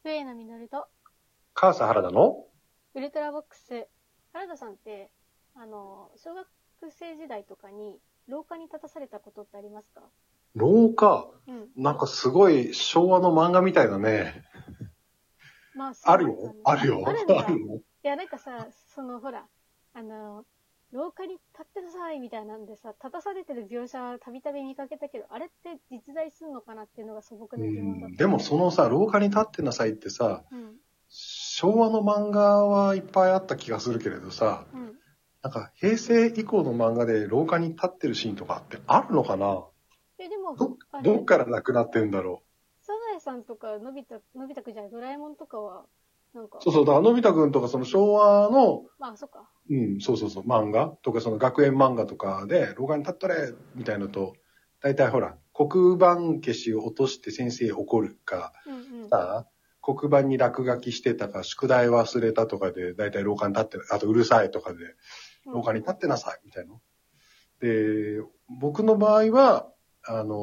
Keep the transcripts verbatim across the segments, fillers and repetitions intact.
上野実と母さん原田のウルトラボックス。原田さんって、あの、小学生時代とかに廊下に立たされたことってありますか？ 廊下、 うん。 なんかすごい昭和の漫画みたいだね。 まあ、そうあるなんかねよあるよあるんだ。 あるよ。 いや、なんかさ、その、ほら、あの、廊下に立ってなさいみたいなんでさ、立たされてる描写たびたび見かけたけど、あれって実在すんのかなっていうのが素朴うな疑問だった。 んでもそのさ、廊下に立ってなさいってさ、 うん。 昭和の漫画はいっぱいあった気がするけれどさ、 うん。 なんか平成以降の漫画で廊下に立ってるシーンとかってあるのかな？ え、でも、 ど、 あれ、 どっからなくなってんだろサザエさんとか、のび太、のび太くんじゃない、ドラえもんとかは、なんかう。、そうそう、だからのび太くんとかその昭和の、 まあ、そっか。 うん、そうそうそう、漫画とかその学園漫画とかで廊下に立ったれみたいなのと、大体ほら、黒板消しを落として先生怒るか、 うんうん。 さあ、黒板に落書きしてたか、宿題忘れたとかで、大体廊下に立って、あとうるさいとかで、廊下に立ってなさいみたいな。で、僕の場合は、あのー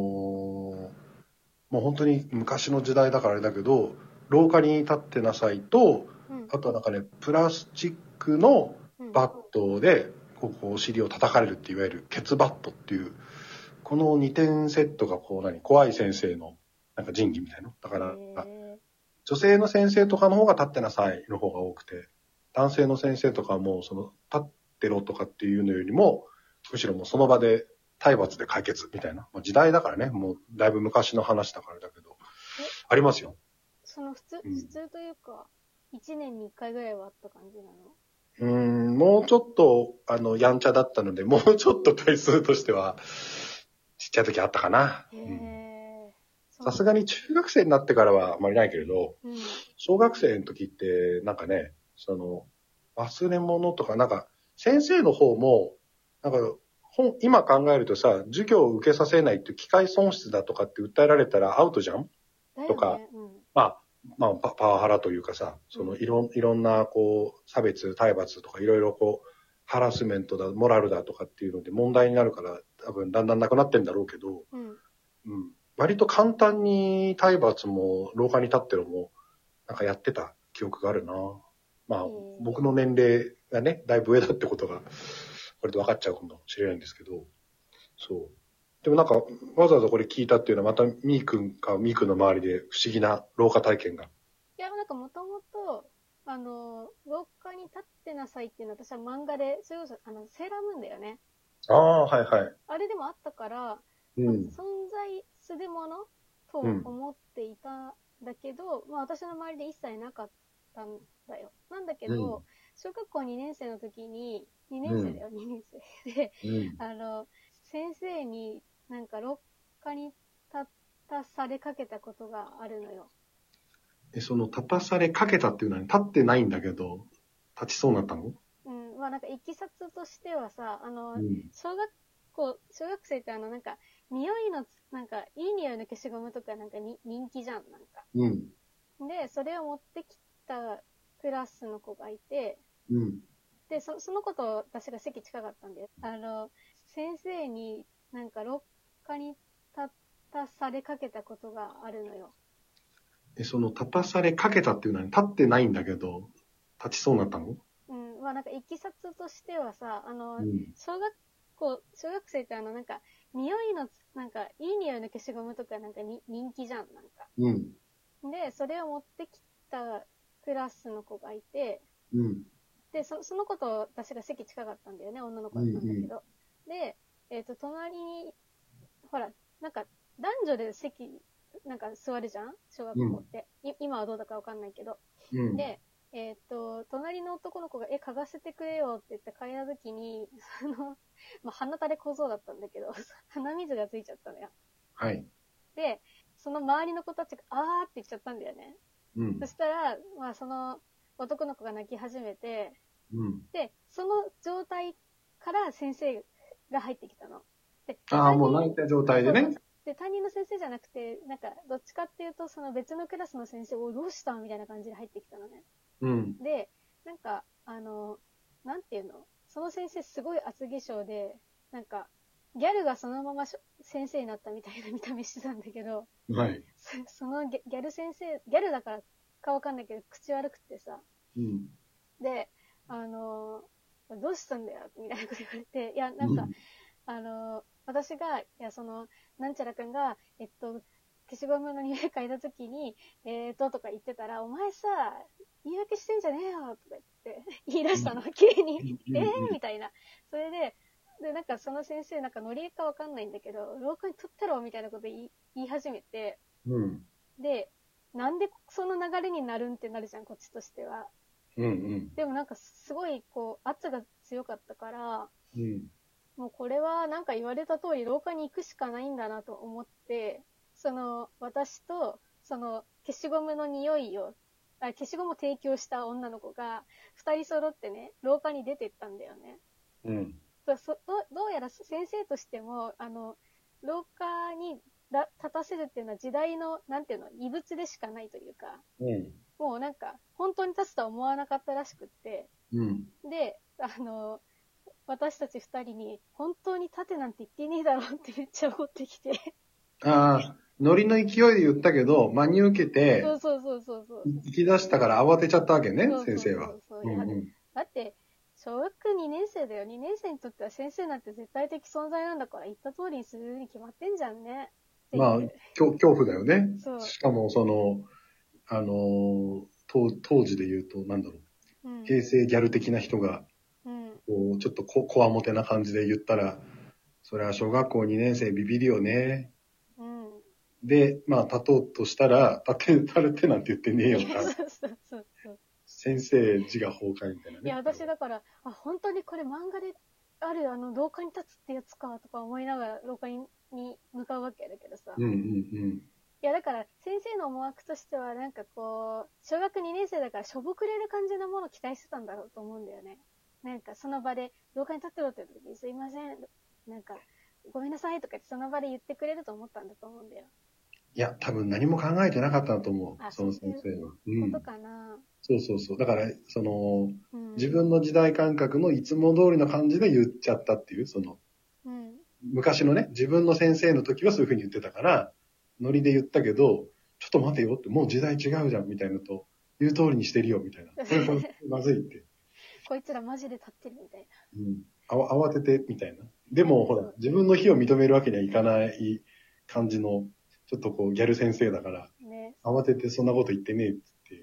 もう本当に昔の時代だからあれだけど、廊下に立ってなさいと、 うん。 あとはなんかね、プラスチックのうん。 バットで、こう、お尻を叩かれるっていわゆるケツバットっていう、このにてんセットがこう何、怖い先生のなんか仁義みたいな。だから、 へ女性の先生とかの方が立ってなさいの方が多くて、男性の先生とかはもうその立ってろとかっていうのよりも、むしろもうその場で体罰で解決みたいな。まあ、時代だからね、もうだいぶ昔の話だからだけど、ありますよ。 その普通、 うん普通というか、一年に一回ぐらいはあった感じなの？ うーん、もうちょっと、あの、やんちゃだったので、もうちょっと回数としては、ちっちゃい時あったかな。 へえ。 さすがに中学生になってからはあまりないけれど、 うん。 小学生の時って、なんかね、その、忘れ物とか、なんか、先生の方も、なんか、本、今考えるとさ、授業を受けさせないって機械損失だとかって訴えられたらアウトじゃんだよね。 とか、 うん。 まあ、まあ、パパワハラというかさ、そのいろん、いろんな、こう、差別、体罰とかいろいろこう、ハラスメントだ、モラルだとかっていうので問題になるから、多分だんだんなくなってんだろうけど、 うん。 うん。割と簡単に体罰も廊下に立ってるのも、なんかやってた記憶があるな。まあ、僕の年齢がね、だいぶ上だってことが、割と分かっちゃうかもしれないんですけど、そう。でもなんか、わざわざこれ聞いたっていうのは、またみーくんかみーくんの周りで不思議な廊下体験が。 いや、なんかもともと、あの、廊下に立ってなさいっていうのは私は漫画で、それこそ、あの、セーラームーンだよね。 ああ、はいはい。 あれでもあったから、 うん。 まあ、存在するものとうん思っていたんだけど、まあ私の周りで一切なかったんだよ。なんだけど、 うん小学校にねん生の時に、にねん生だよ、にねん生で、 うん。 あの、先生になんか廊下に立たされかけたことがあるのよ。 え、その、立たされかけたっていうのは立ってないんだけど、立ちそうになったの？ うん、まあなんかいきさつとしてはさ、あの、 うん。 小学校、小学生ってあのなんか、匂いの、なんか、いい匂いの消しゴムとかなんかに人気じゃん、なんか。 うん。 で、それを持ってきたクラスの子がいて、 うん。 で、そその子と私が席近かったんで、あの、先生になんか廊下に立たされかけたことがあるのよ。 え、その、立たされかけたっていうのは立ってないんだけど、立ちそうになったの？ うん、まあなんかいきさつとしてはさ、あの、 うん。 小学校、小学生ってあのなんか、匂いの、なんか、いい匂いの消しゴムとかなんかに人気じゃん、なんか。 うん。 で、それを持ってきたクラスの子がいて、 うん。 で、そその子と私が席近かったんだよね、女の子うん。 だったんだけど。で、えっ、と、隣に、ほら、なんか、男女で席、なんか座るじゃん小学校って、い。今はどうだかわかんないけど。 うん。 で、えっ、と、隣の男の子が、え、嗅がせてくれよって言って嗅いだ時に、あの、まあ、鼻垂れ小僧だったんだけど、鼻水がついちゃったのよ。 はい。 で、その周りの子たちが、あーって言っちゃったんだよね。 うん。 そしたら、まあ、その男の子が泣き始めて、 うん。 で、その状態から先生が入ってきたの。で、 ああ、もう泣いた状態でね。 そうそうで、担任の先生じゃなくて、なんか、どっちかっていうと、その別のクラスの先生をどうしたみたいな感じで入ってきたのね。 うん。 で、なんか、あの、なんていうのその先生すごい厚化粧で、なんか、 ギャルがそのまま先生になったみたいな見た目してたんだけど、 はい。 そ, そのギャル先生、ギャルだからかわかんないけど、口悪くてさ、 うん、 で、あのー、どうしたんだよみたいなこと言われて、いや、なんか、うん、あのー、私が、いや、その、なんちゃらくんが、えっと、消しゴムの匂い嗅いだときに、えーと、とか言ってたら、お前さ、言い訳してんじゃねえよとか言って、言い出したの、急に。えーみたいな。それで、で、なんかその先生、なんかノリかわかんないんだけど、廊下に取ったろみたいなこと言い言い始めて、 うん、 で、なんでその流れになるんってなるじゃん、こっちとしては。 うんうん、 でもなんかすごい、こう、圧が強かったから、 うん、 もうこれはなんか言われた通り廊下に行くしかないんだなと思って、その、私と、その、消しゴムの匂いを、あ、消しゴムを提供した女の子が、二人揃ってね、廊下に出てったんだよね。 うん。 そど, どうやら先生としても、あの、廊下に立たせるっていうのは時代の、なんていうの、異物でしかないというか、 うん、 もうなんか、本当に立つとは思わなかったらしくって、 うん、 で、あの、私たち二人に、本当に立てなんて言ってねえだろってめっちゃ怒ってきて。 ああ、ノリの勢いで言ったけど、真に受けて、 そうそうそうそうそう。 行き出したから慌てちゃったわけね、 そうそうそう先生は。 そう、 うんうん、 だって、小学にねん生だよ。にねん生にとっては先生なんて絶対的存在なんだから、言った通りにするに決まってんじゃんね。 まあ、恐恐怖だよね。 そう。 しかも、その、あのー、当当時で言うと、なんだろう、うん、平成ギャル的な人が、うん、こうちょっとここわもてな感じで言ったら、それは小学校にねん生ビビるよね。うん、で、まあ、立とうとしたら、立て、立れてなんて言ってねえよな。そうそうそうそう。先生自我崩壊みたいなね。 いや、私だから、あ、本当にこれ漫画であるあの、廊下に立つってやつか、とか思いながら廊下にに向かうわけだけどさ。 うんうんうん。 いや、だから、先生の思惑としては、なんかこう、小学にねん生だからしょぼくれる感じのものを期待してたんだろうと思うんだよね。なんか、その場で、廊下に立ってろって言った時に、すいません、なんか、ごめんなさいとかその場で言ってくれると思ったんだと思うんだよ。 いや、多分何も考えてなかったと思う。その先生は。 うん。ことかな。 そうそうそう。だから、その、うん、自分の時代感覚のいつも通りの感じで言っちゃったっていう、その、うん、昔のね、自分の先生の時はそういう風に言ってたから、ノリで言ったけど、ちょっと待てよって、もう時代違うじゃん、みたいなと、言う通りにしてるよ、みたいな。それこれまずいって。 こいつらマジで立ってるみたいな。 うん。あわ、慌てて、みたいな。でも、ほら、自分の非を認めるわけにはいかない感じの、ちょっとこう、ギャル先生だから、ね、慌ててそんなこと言ってねえって、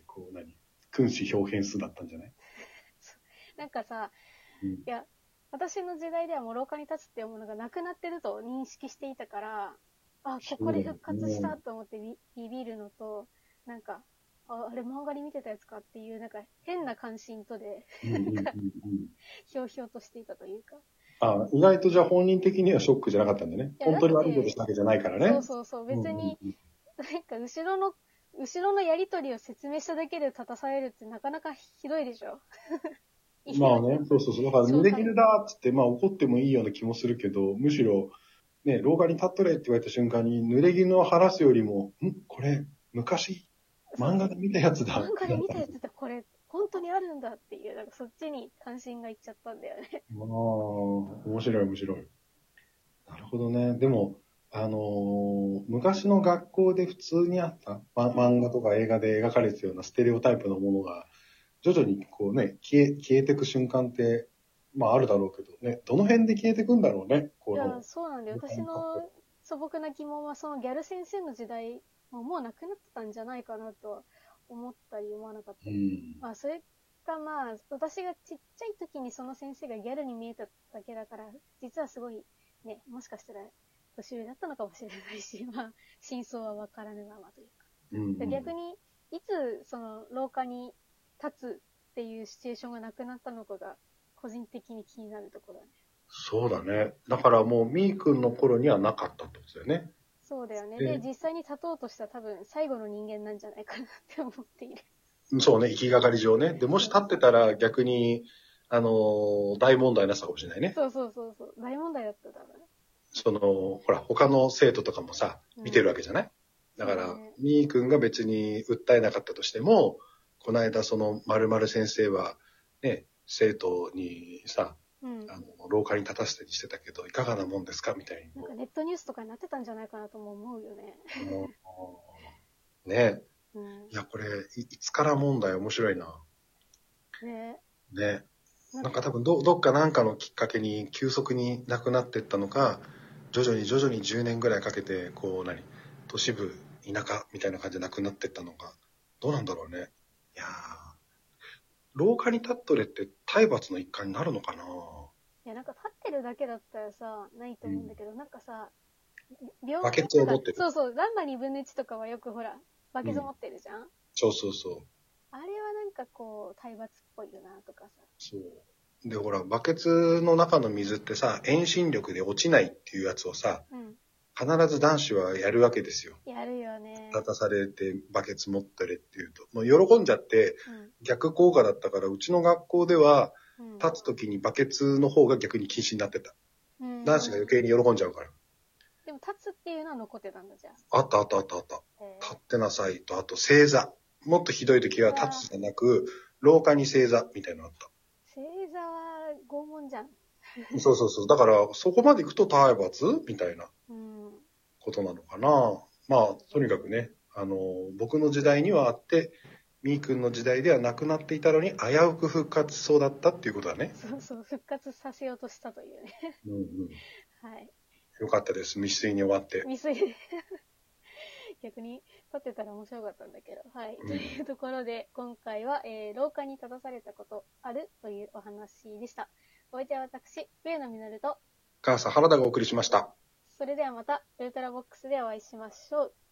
こう、何君子表現数だったんじゃない？ なんかさ、うん、いや、私の時代ではもう廊下に立つっていうものがなくなってると認識していたから、あ、ここで復活したと思ってビビるのと、なんか、あ、あれ漫画に見てたやつかっていう、なんか変な関心とで、なんか、ひょうひょうとしていたというか。 あ、意外とじゃあ本人的にはショックじゃなかったんだね。本当に悪いことしたわけじゃないからね。 そうそうそう。別に、なんか後ろの、後ろのやりとりを説明しただけで立たされるってなかなかひどいでしょ。 まあね、そうそうそう。だから濡れ衣だっつって、まあ怒ってもいいような気もするけど、むしろ、ね、廊下に立っとれって言われた瞬間に、濡れ衣を晴らすよりも、んこれ、昔、漫画で見たやつだ。 漫画で見たやつだ、これ、本当にあるんだっていう、なんかそっちに関心がいっちゃったんだよね。 ああ、面白い面白い。なるほどね。でも、あのー、昔の学校で普通にあった、ま、漫画とか映画で描かれてたようなステレオタイプのものが、徐々にこうね、消え、消えてく瞬間って、まああるだろうけどね、どの辺で消えてくんだろうね、この。 いや、そうなんだよ。私の素朴な疑問は、そのギャル先生の時代、もうもうなくなってたんじゃないかなとは思ったり思わなかったり。うん、まあそれかまあ、私がちっちゃい時にその先生がギャルに見えただけだから、実はすごい、ね、もしかしたら年上だったのかもしれないし、まあ、真相はわからぬままというか。うんうん、逆に、いつその廊下に立つっていうシチュエーションがなくなったのかが、個人的に気になるところだね。 そうだね。だからもう、みーくんの頃にはなかったってことだよね。 そうだよね。で、実際に立とうとした多分、最後の人間なんじゃないかなって思っている。 そうね、行きがかり上ね。で、もし立ってたら逆に、あのー、大問題なさかもしれないね。 そうそうそうそう。大問題だっただろうね。 その、ほら、他の生徒とかもさ、見てるわけじゃない、うん、だから、ね、みーくんが別に訴えなかったとしても、この間その〇〇先生は、ね、生徒にさ、 うん、 あの、廊下に立たせたりしてたけど、いかがなもんですかみたいに。 なんかネットニュースとかになってたんじゃないかなとも思うよね。 ねえ。 うん、 いや、これい、いつから問題面白いな。 ね。 ね。なんか多分ど、どっかなんかのきっかけに急速になくなっていったのか、徐々に徐々にじゅうねんぐらいかけて、こう何、都市部、田舎みたいな感じでなくなっていったのか、どうなんだろうね。いやー、廊下に立っとれって体罰の一環になるのかな。 いや、なんか立ってるだけだったらさ、ないと思うんだけど、うん、なんかさ、 病バケツを持ってる。 そうそう、ランマにぶんのいちとかはよくほら、バケツ持ってるじゃん、うん、 そうそうそう。 あれはなんかこう、体罰っぽいよなとかさ。 そう。で、ほら、バケツの中の水ってさ、遠心力で落ちないっていうやつをさ、うん、必ず男子はやるわけですよ。 やるよね。 立たされてバケツ持ってれっていうと。もう喜んじゃって、うん、逆効果だったから、うちの学校では、立つ時にバケツの方が逆に禁止になってた。うん、男子が余計に喜んじゃうから。 でも立つっていうのは残ってたんだじゃあ。あったあったあったあった。立ってなさいと、あと正座。もっとひどい時は立つじゃなく、廊下に正座みたいなのあった。 正座は拷問じゃん。 そうそうそう。だから、そこまで行くと体罰みたいなことなのかな。うん、まあ、とにかくね、あの、僕の時代にはあって、みーくんの時代ではなくなっていたのに、危うく復活しそうだったっていうことだね。 そうそう、復活させようとしたというね。うんうん。はい。 よかったです。未遂に終わって。 未遂。逆に立ってたら面白かったんだけど。はい。うん、というところで、今回は、えー、廊下に立たされたことあるというお話でした。お相手は私、上野実と、 母さん原田がお送りしました。 それではまた、ウルトラボックスでお会いしましょう。